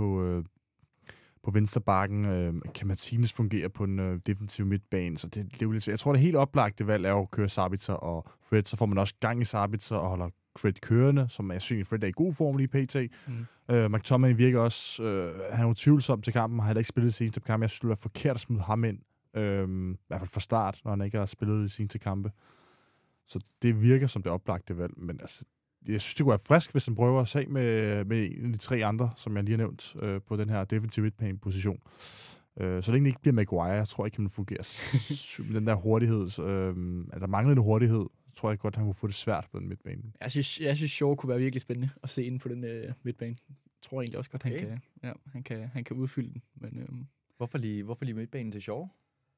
på venstrebakken. Kan Martinez fungere på en defensiv midtbane? Så det er jo lidt. Jeg tror, det helt oplagte valg er at køre Sabitzer og Fred, så får man også gang i Sabitzer og holder Fred kørende, som jeg synes, Fred er i god form lige pt. McTominay virker også, han er utvivlsom til kampen, har heller ikke spillet det seneste kamp. Jeg synes, det var forkert at smide ham ind, i hvert fald fra start, når han ikke har spillet det seneste kampe. Så det virker som det oplagte valg, men altså, jeg synes, det kunne være frisk, hvis han prøver at se med en af de tre andre, som jeg lige har nævnt, på den her defensive midtbane-position. Så længe det ikke bliver Maguire, jeg tror ikke, han fungerer den der hurtighed, der manglende hurtighed, tror jeg godt, han kunne få det svært på den midtbane. Jeg synes Shaw kunne være virkelig spændende at se inde på den midtbane. Jeg tror egentlig også godt, han kan udfylde den. Men, Hvorfor lige midtbanen til Shaw?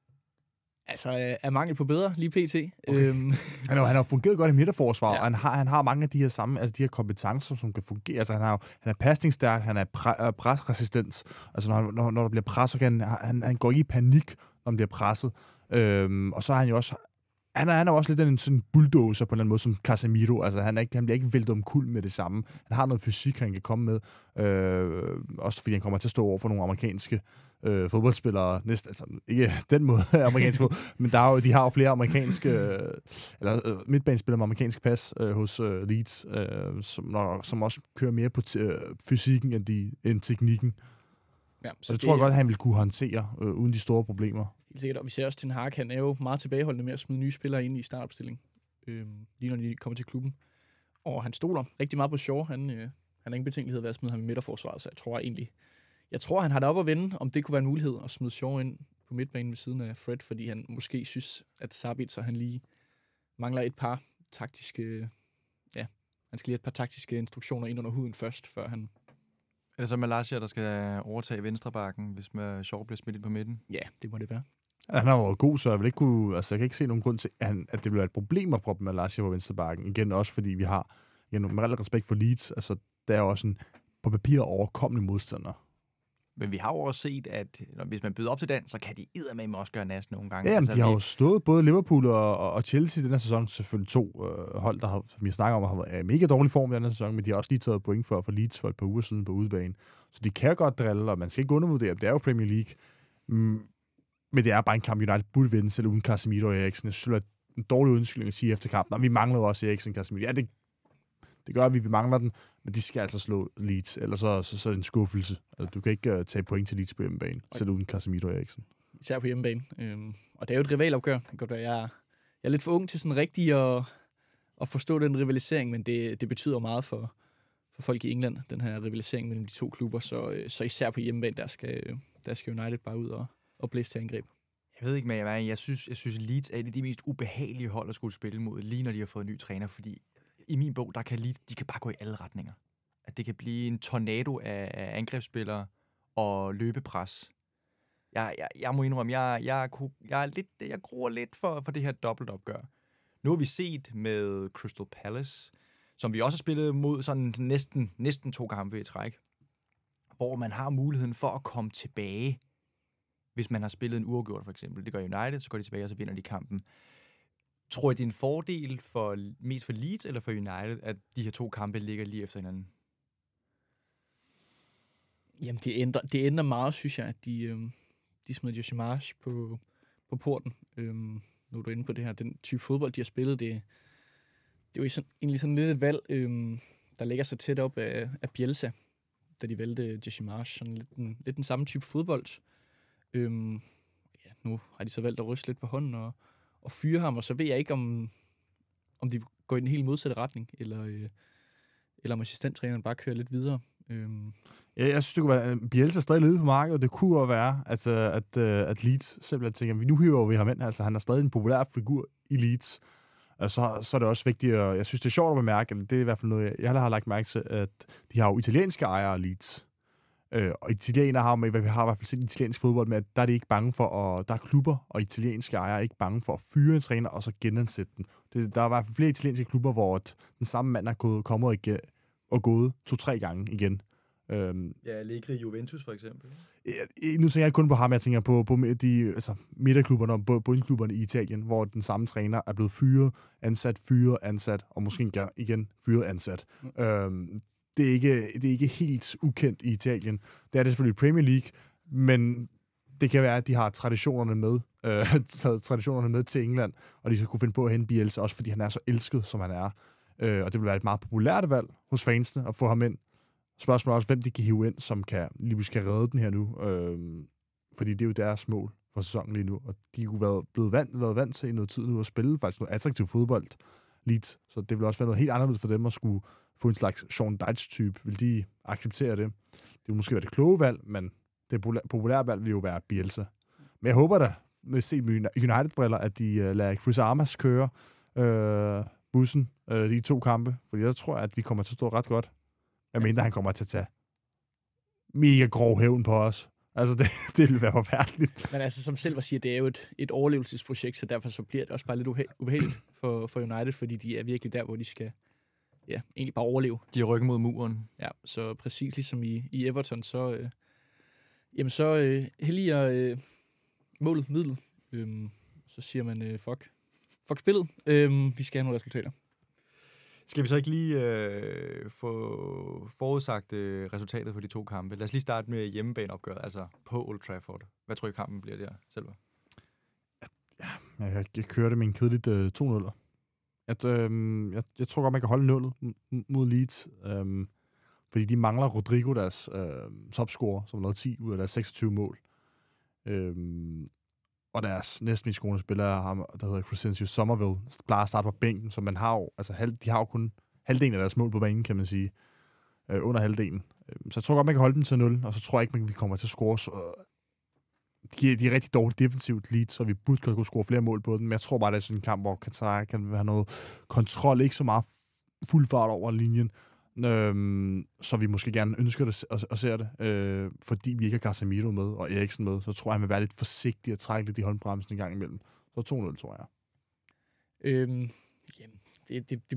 Altså, er mangel på bedre lige pt. Okay. Han har fungeret godt i midterforsvar, og han har mange af de her kompetencer, som kan fungere. Altså, han er pasningsstærk, han er presresistent. Altså, når der bliver pres, så kan han går ikke i panik, når han bliver presset. Og så er han jo også... Han er også lidt en sådan bulldozer på en eller anden måde, som Casemiro. Altså, han bliver ikke væltet omkuld med det samme. Han har noget fysik, han kan komme med. Også fordi han kommer til at stå over for nogle amerikanske fodboldspillere. Næsten, altså, ikke den måde amerikanske fodbold, men de har jo flere amerikanske midtbanespillere med amerikansk pas hos Leeds, som også kører mere på fysikken end teknikken. Ja, så det tror jeg godt, at han vil kunne håndtere uden de store problemer. Helt sikkert, og vi ser også, at Ten Hag, han er jo meget tilbageholdende med at smide nye spillere ind i startopstilling, lige når de kommer til klubben. Og han stoler rigtig meget på Shaw. Han har ingen betænkelighed ved at smide ham i midterforsvaret, så jeg tror, han har det op at vende, om det kunne være en mulighed at smide Shaw ind på midtbanen ved siden af Fred, fordi han måske synes, at Sabitzer, han lige mangler et par taktiske, han skal lige have et par taktiske instruktioner ind under huden først, før han... Er det så Malaysia, der skal overtage venstrebakken, hvis Shaw bliver smidt ind på midten? Ja, det må det være. Han har været god, så jeg kan ikke se nogen grund til, at det vil være et problem at proppe Malaysia på venstrebakken. Igen også, fordi vi har, med al respekt for Leeds, altså der er også en på papir overkommelig modstander. Men vi har jo også set, at hvis man byder op til den, så kan de eddermame også gøre næsten nogle gange. Ja, altså, de har jo stået både Liverpool og Chelsea i den her sæson. Selvfølgelig 2 hold, der har, som jeg snakker om, har været mega dårlig form i den her sæson, men de har også lige taget point for Leeds for et par uger siden på udebane. Så de kan godt drille, og man skal ikke undervurdere. Det er jo Premier League. Men det er bare en kamp, United burde vinde, selv uden Casemiro og Eriksen. Jeg synes, det er en dårlig undskyldning at sige efter kampen. Vi mangler også Eriksen og Casemiro. Ja, det gør, at vi mangler den, men de skal altså slå Leeds, ellers så er det en skuffelse. Altså, du kan ikke tage point til Leeds på hjemmebane, selv uden Casemiro og Eriksen. Især på hjemmebane. Og det er jo et rivalopgør. Jeg er lidt for ung til sådan rigtig at forstå den rivalisering, men det betyder meget for folk i England, den her rivalisering mellem de to klubber. Så især på hjemmebane, der skal United bare ud og blæse til angreb. Jeg ved ikke, men jeg synes Leeds er et af de mest ubehagelige hold at skulle spille mod, lige når de har fået en ny træner, fordi i min bog, der kan Leeds, de kan bare gå i alle retninger. At det kan blive en tornado af angrebsspillere og løbepres. Jeg må indrømme, jeg gruer lidt for det her dobbeltopgør. Nu har vi set med Crystal Palace, som vi også har spillet mod sådan næsten 2 kampe i træk, hvor man har muligheden for at komme tilbage, hvis man har spillet en uafgjort for eksempel. Det gør United, så går de tilbage, og så vinder de kampen. Tror I, det er en fordel mest for Leeds eller for United, at de her 2 kampe ligger lige efter hinanden? Jamen, det ændrer meget, synes jeg, at de smed Jesse Marsch på porten. Nu er du inde på det her. Den type fodbold, de har spillet, det er jo egentlig sådan lidt et valg, der ligger så tæt op af Bielsa, da de valgte Jesse Marsch. Sådan lidt den samme type fodbold. Nu har de så valgt at ryste lidt på hånden og fyre ham, og så ved jeg ikke, om de går i den helt modsatte retning, eller om assistenttræneren bare kører lidt videre. Ja, jeg synes, det kunne være Bielsa stadig lede på markedet. Det kunne også være, at Leeds simpelthen tænker, nu hiver vi ham ind. Altså, han er stadig en populær figur i Leeds. Så er det også vigtigt, og jeg synes, det er sjovt at bemærke, eller det er i hvert fald noget, jeg har lagt mærke til, at de har jo italienske ejere af Leeds. Og italienere har, vi har i hvert fald set italiensk fodbold med, at der er de ikke bange for, der er klubber og italienske ejere er ikke bange for at fyre en træner og så genansætte den. Der er i hvert fald flere italienske klubber, hvor den samme mand er kommet og gået 2-3 gange igen. Ja, Allegri i Juventus for eksempel. Nu tænker jeg ikke kun på ham, jeg tænker på de midterklubberne og bundklubberne i Italien, hvor den samme træner er blevet fyret, ansat, og måske igen fyret, ansat. Det er ikke helt ukendt i Italien. Det er det selvfølgelig i Premier League, men det kan være, at de har traditionerne med til England, og de skal kunne finde på at hente Bielsa, også fordi han er så elsket, som han er. Og det vil være et meget populært valg hos fansene at få ham ind. Spørgsmålet er også, hvem de kan hive ind, som lige pludselig kan redde den her nu. Fordi det er jo deres mål for sæsonen lige nu, og de har jo været vant til i noget tid nu at spille faktisk noget attraktiv fodbold. Leeds. Så det vil også være noget helt anderledes for dem at skulle få en slags Sean Dyche-type. Vil de acceptere det? Det vil måske være det kloge valg, men det populære valg vil jo være Bielsa. Men jeg håber da, med at se med United-briller, at de lader Chris Armas køre bussen de 2 kampe. Fordi jeg tror, at vi kommer til at stå ret godt. Jeg mener, han kommer til at tage mega grov hævn på os. Altså, det vil være forfærdeligt. Men altså, som selv siger, det er jo et overlevelsesprojekt, så derfor så bliver det også bare lidt ubehageligt for United, fordi de er virkelig der, hvor de skal egentlig bare overleve. De har ryggen mod muren. Ja, så præcis ligesom i Everton, så helliger målet middel. Så siger man, fuck spillet. Vi skal have nogle resultater. Skal vi så ikke lige få forudsagt resultatet for de 2 kampe? Lad os lige starte med hjemmebaneopgøret, altså på Old Trafford. Hvad tror I kampen bliver der, Selva? Jeg kører det med en kedeligt 2-0. Jeg tror godt, man kan holde 0 mod Leeds, fordi de mangler Rodrigo, deres topscorer, som lavede 10 ud af deres 26 mål. Og deres næstmest scorende spiller er ham, der hedder Crescencio Somerville, plejer at starte på bænken, så man har jo, de har jo kun halvdelen af deres mål på banen, kan man sige, under halvdelen. Så jeg tror godt, man kan holde dem til 0, og så tror jeg ikke, vi kommer til at score. De er rigtig dårligt defensivt Leeds, så vi burde kunne score flere mål på dem, men jeg tror bare, det er sådan en kamp, hvor Qatar kan have noget kontrol, ikke så meget fuld fart over linjen, så vi måske gerne ønsker det og ser det, fordi vi ikke har Casemiro med og Eriksen med, så tror jeg, han vil være lidt forsigtig og trække lidt i håndbremsen en gang imellem. Så 2-0, tror jeg.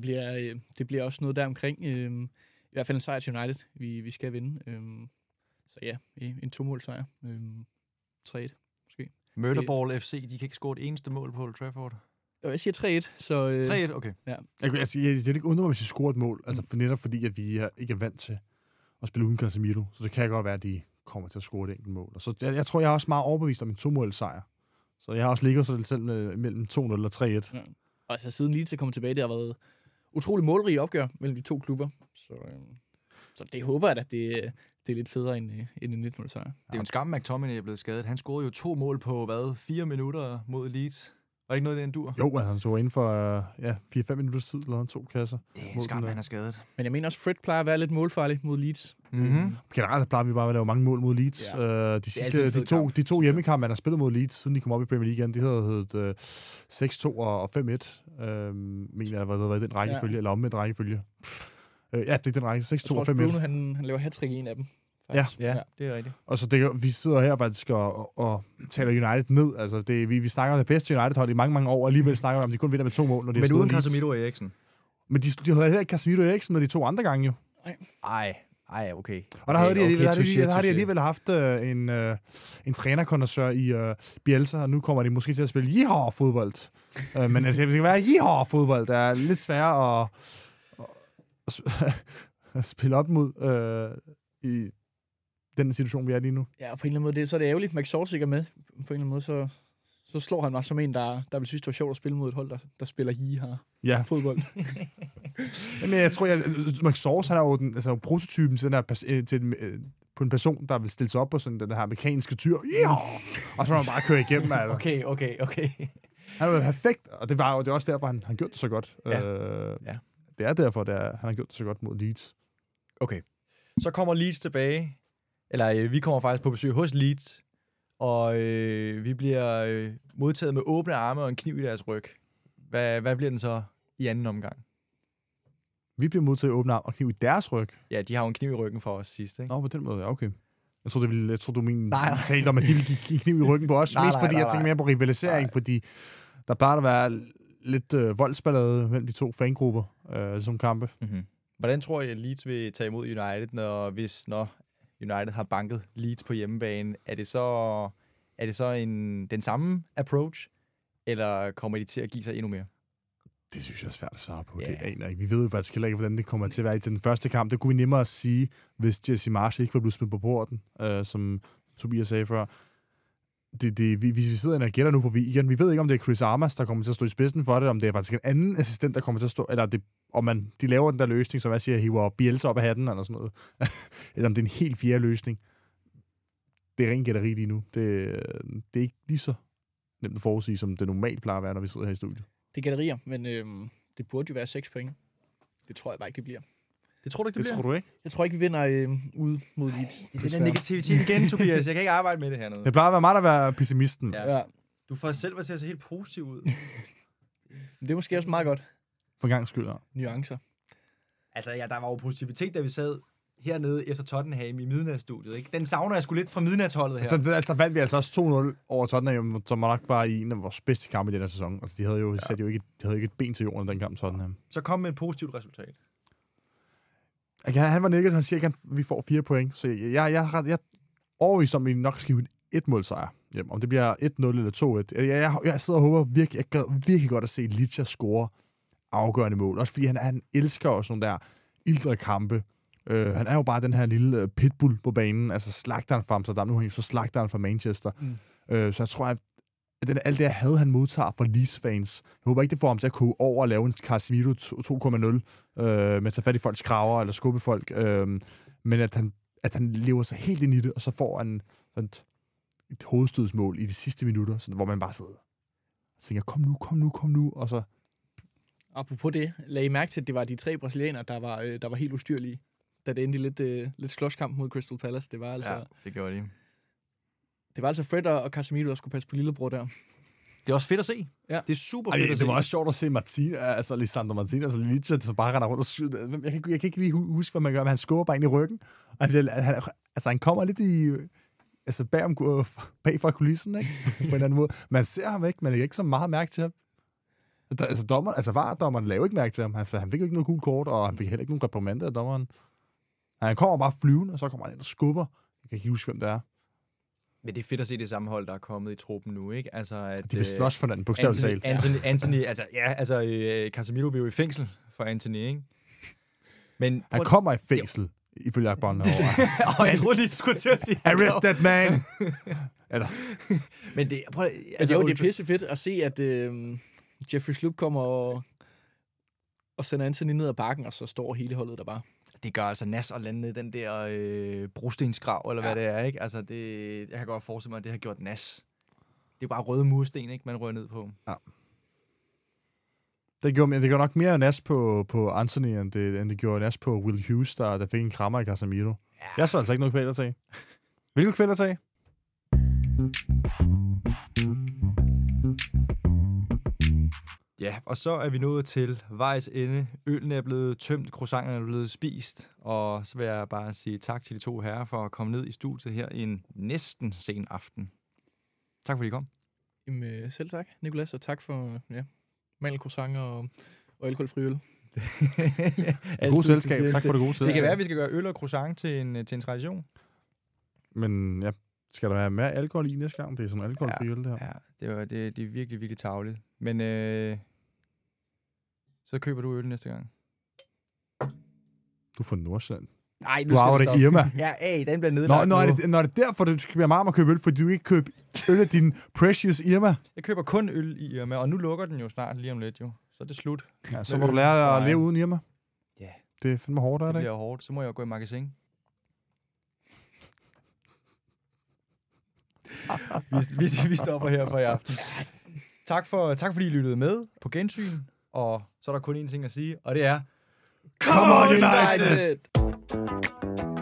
Det bliver også noget der omkring. I hvert fald en sejr til United, vi skal vinde. Så ja, en 2-målsejr. 3-1 måske. Murderball FC, de kan ikke score et eneste mål på Old Trafford. Og jeg siger 3-1, så... 3-1, okay. Ja. Jeg vil ikke undre mig, hvis de scorer et mål, altså for netop fordi, at vi ikke er vant til at spille uden Casemiro, så det kan godt være, at de kommer til at score et enkelt mål. Og så jeg tror, jeg er også meget overbevist om en 2-målsejr. Så jeg har også ligget så selv mellem 2-0 og 3-1. Ja. Og altså siden lige til at komme tilbage, det har været utrolig målrige opgør mellem de to klubber. Så det håber jeg, at det er lidt federe end en 1-0-sejr. Det er jo en skam, McTominay er blevet skadet. Han scorede jo 2 mål på, 4 minutter mod Leeds. Var det ikke noget, det en dur? Jo, han så inden for 4-5 minutters tid, lavede han 2 kasser. Det er en skam, han er skadet. Men jeg mener også, Fred plejer at være lidt målfarlig mod Leeds. Mm-hmm. Generelt plejer vi bare at lave mange mål mod Leeds. Ja. De to hjemmekampe, man har spillet mod Leeds, siden de kom op i Premier League igen, de havde heddet 6-2 og 5-1. Mener jeg, der var i den rækkefølge, eller omvendt rækkefølge. Ja, det er den række. 6-2 og 5-1. Jeg tror også, Bruno, han laver hat-trick i en af dem. Ja, det er rigtigt. Og så vi sidder her faktisk og taler United ned. Altså, vi snakker om det bedste United-hold i mange, mange år, og alligevel snakker om, de kun vinder med 2 mål, når de Men uden Casemiro og Eriksen. Men de havde heller ikke Casemiro og Eriksen med de 2 andre gange jo. Ej, okay. Og der havde de alligevel haft en trænerkonnoisseur i Bielsa, og nu kommer de måske til at spille yeehaw-fodbold. Men altså, det skal være yeehaw-fodbold. Det er lidt sværere at spille op mod i den situation, vi er lige nu. Ja, på en eller anden måde, så er det ærgerligt, Max Sors ikke er med. På en eller anden måde, så slår han mig som en, der vil synes, det var sjovt at spille mod et hold, der spiller fodbold. Men jeg tror, Max Sors, han er jo prototypen til på en person, der vil stille sig op på sådan den her amerikanske tyr. Og så må man bare køre igennem. Altså. Okay. Han var perfekt, og det er også derfor, han gjorde det så godt. Ja. Det er derfor, han har gjort det så godt mod Leeds. Okay. Så kommer Leeds tilbage. Eller vi kommer faktisk på besøg hos Leeds. Og vi bliver modtaget med åbne arme og en kniv i deres ryg. Hvad bliver den så i anden omgang? Vi bliver modtaget med åbne arme og kniv i deres ryg? Ja, de har jo en kniv i ryggen for os sidst, ikke? Nå, på den måde, ja, okay. Jeg tror, du talte om, at de ville give kniv i ryggen på os. Mest fordi jeg tænker mere på rivalisering, fordi der plejer at være lidt voldsballade mellem de 2 fangrupper, som kampe. Mm-hmm. Hvordan tror jeg, at Leeds vil tage imod United, når United har banket Leeds på hjemmebane? Er det så den samme approach, eller kommer de til at give sig endnu mere? Det synes jeg er svært at svare på. Yeah. Det aner ikke. Vi ved jo faktisk heller ikke, hvordan det kommer til at være i den første kamp. Det kunne vi nemmere at sige, hvis Jesse Marsch ikke var blevet smidt på porten, som Tobias sagde før. Vi sidder og gætter nu, for vi ved ikke, om det er Chris Armas, der kommer til at stå i spidsen for det, om det er faktisk en anden assistent, der kommer til at stå, eller om de laver den der løsning, som jeg siger, hiver Bielsa op af hatten, eller sådan noget. Eller om det er en helt fjerde løsning. Det er ren gætteri lige nu. Det er ikke lige så nemt at forudsige, som det normalt plejer at være, når vi sidder her i studiet. Det er gætterier, men det burde jo være 6 point. Det tror jeg bare ikke, det bliver. Det tror du ikke, det bliver? Tror du ikke? Jeg tror ikke, vi vinder ude mod Leeds. Det er negativitet igen, Tobias. Jeg kan ikke arbejde med det hernede. Det plejer at være mig, der være pessimisten. Ja. Du får selv til at se helt positiv ud. Det er måske også meget godt. For gang skyld, ja. Nuancer. Altså, der var jo positivitet, da vi sad hernede efter Tottenham i midnatsstudiet, ikke? Den savner jeg sgu lidt fra midnatsholdet her. Altså vandt vi altså også 2-0 over Tottenham, som nok var i en af vores bedste kampe i den her sæson. Altså, de havde jo ikke et ben til jorden i den kamp, Tottenham. Så kom med et positivt resultat. Han var negativ, han siger, at vi får 4 point. Så jeg overvist om, at vi nok skal hive en 1-målsejr. Jamen, om det bliver 1-0 eller 2-1. Jeg sidder og håber virkelig godt at se Licha score afgørende mål. Også fordi han elsker også nogle der ildre kampe. Han er jo bare den her lille pitbull på banen. Altså slagteren fra Amsterdam. Nu er han jo så slagteren fra Manchester. Så jeg tror, at alt det had, han modtager fra Leeds-fans. Jeg håber ikke, det får ham til at koge over og lave en Casemiro 2,0 med at tage fat i folks kraver eller skubbe folk. Men at han lever sig helt ind i det, og så får han et hovedstødsmål i de sidste minutter, sådan, hvor man bare sidder og tænker, kom nu, og så... Apropos det, lad I mærke til, at det var de 3 brasilianere, der var helt ustyrlige, da det endte lidt slåskamp mod Crystal Palace. Det var altså... Ja, det gjorde de. Det var altså Fred og Casemiro, der skulle passe på lillebror der. Det er også fedt at se. Ja. Det er super fedt at se. Det var også sjovt at se Lisandro Martinez, altså Licha, så bare render rundt og skyder. Jeg kan ikke lige huske, hvad man gør, men han skubber bare ind i ryggen. Han kommer lidt bag fra kulissen, ikke? På en eller anden måde. Man ser ham ikke, men jeg ikke så meget mærke til ham. VAR-dommeren lavede ikke mærke til ham. Han fik jo ikke noget gult kort, og han fik heller ikke nogen reprimande af dommeren. Han kommer bare flyvende, og så kommer han ind og skubber Jeg kan ikke huske, hvem det er. Men det er fedt at se det samme hold, der er kommet i truppen nu, ikke? Altså, at, De vil slås for den, bogstaveligt talt. Anthony, Casemiro vil jo i fængsel for Anthony, ikke? Men Han kommer i fængsel, ifølge Akbon. jeg troede lige, du skulle til at sige... Arrest that man! Men det... Prøv, Altså, det er pisse fedt at se, at Jeffrey Sloop kommer og sender Anthony ned ad bakken, og så står hele holdet der bare. Det gør altså nas at lande ned i den der brostensgrav, eller hvad det er, ikke? Altså, jeg kan godt forestille mig, at det har gjort nas. Det er bare røde mursten, ikke? Man rører ned på. Ja. Det gjorde nok mere nas på Anthony, end det gjorde nas på Will Hughes, der fik en krammer i Casemiro. Ja. Jeg så altså ikke noget kvæl at tage. Hvilket kvæl at tage? Ja, og så er vi nået til vejs ende. Øllen er blevet tømt, croissanterne er blevet spist, og så vil jeg bare sige tak til de to herrer for at komme ned i studiet her i en næsten sen aften. Tak fordi I kom. Jamen, selv tak, Nicolas, og tak for mandelcroissanter og alkoholfri øl. God selskab. Tak for det gode selskab. Det kan være, at vi skal gøre øl og croissant til en tradition. Men ja, skal der være mere alkohol i næste gang? Det er sådan en alkoholfri øl, det her. Ja, det er virkelig, virkelig tarveligt. Men så køber du øl næste gang. Du får Nordsjælland. Nej, du har jo det Irma. Ja, den bliver nedlagt. Når det er derfor, du skal være meget om at købe øl, fordi du ikke køber øl af din precious Irma. Jeg køber kun øl i Irma, og nu lukker den jo snart lige om lidt, jo. Så er det slut. Ja, så må du lære at leve uden Irma. Ja. Det er fandme hårdt, er det? Det bliver hårdt. Så må jeg jo gå i magasin. vi stopper her for i aften. Tak fordi I lyttede med på gensyn. Og så er der kun én ting at sige, og det er... Come on, United!